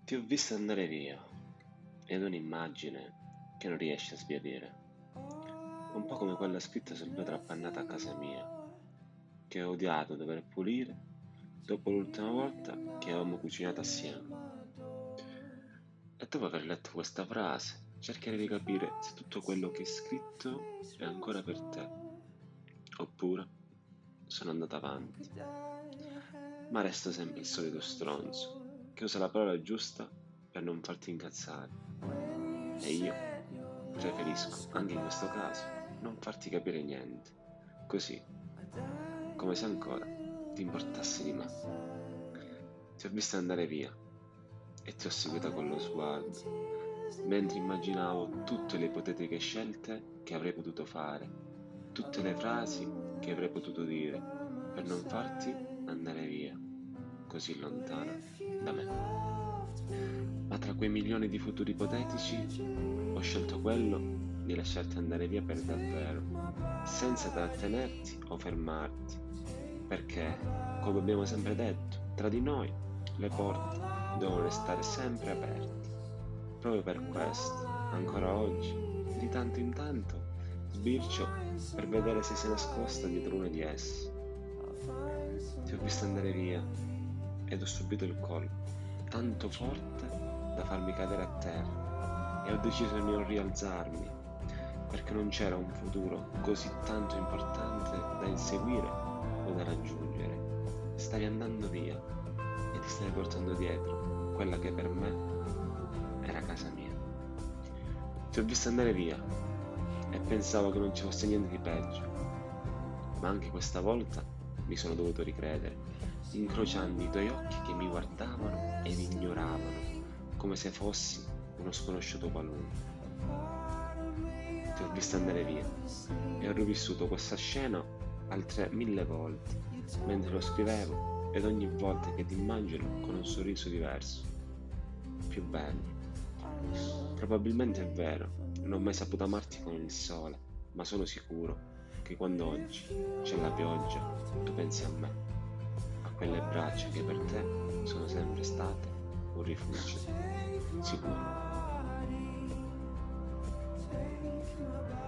Ti ho visto andare via, ed è un'immagine che non riesci a sbiadire. Un po' come quella scritta sul vetro appannato a casa mia, che ho odiato dover pulire dopo l'ultima volta che avevamo cucinato assieme. E dopo aver letto questa frase, cercherei di capire se tutto quello che hai scritto è ancora per te, oppure sono andato avanti. Ma resto sempre il solito stronzo, che usa la parola giusta per non farti incazzare. E io preferisco, anche in questo caso, non farti capire niente. Così, come se ancora ti importasse di me. Ti ho visto andare via e ti ho seguita con lo sguardo, mentre immaginavo tutte le ipotetiche scelte che avrei potuto fare, tutte le frasi che avrei potuto dire per non farti andare via, così lontana da me. Ma tra quei milioni di futuri ipotetici ho scelto quello di lasciarti andare via per davvero, senza trattenerti o fermarti, perché, come abbiamo sempre detto, tra di noi le porte devono restare sempre aperte. Proprio per questo, ancora oggi, di tanto in tanto, sbircio per vedere se si è nascosta dietro una di esse. Ti ho visto andare via ed ho subito il colpo, tanto forte da farmi cadere a terra, e ho deciso di non rialzarmi, perché non c'era un futuro così tanto importante da inseguire o da raggiungere. Stavi andando via e ti stavi portando dietro quella che per me era casa mia. Ti ho visto andare via e pensavo che non ci fosse niente di peggio, ma anche questa volta mi sono dovuto ricredere, incrociando i tuoi occhi che mi guardavano e mi ignoravano, come se fossi uno sconosciuto qualunque. Ti ho visto andare via e ho rivissuto questa scena altre 1000 volte, mentre lo scrivevo, ed ogni volta che ti immagino con un sorriso diverso, più bello. Probabilmente è vero, non ho mai saputo amarti con il sole, ma sono sicuro che quando oggi c'è la pioggia, tu pensi a me, a quelle braccia che per te sono sempre state un rifugio sicuro.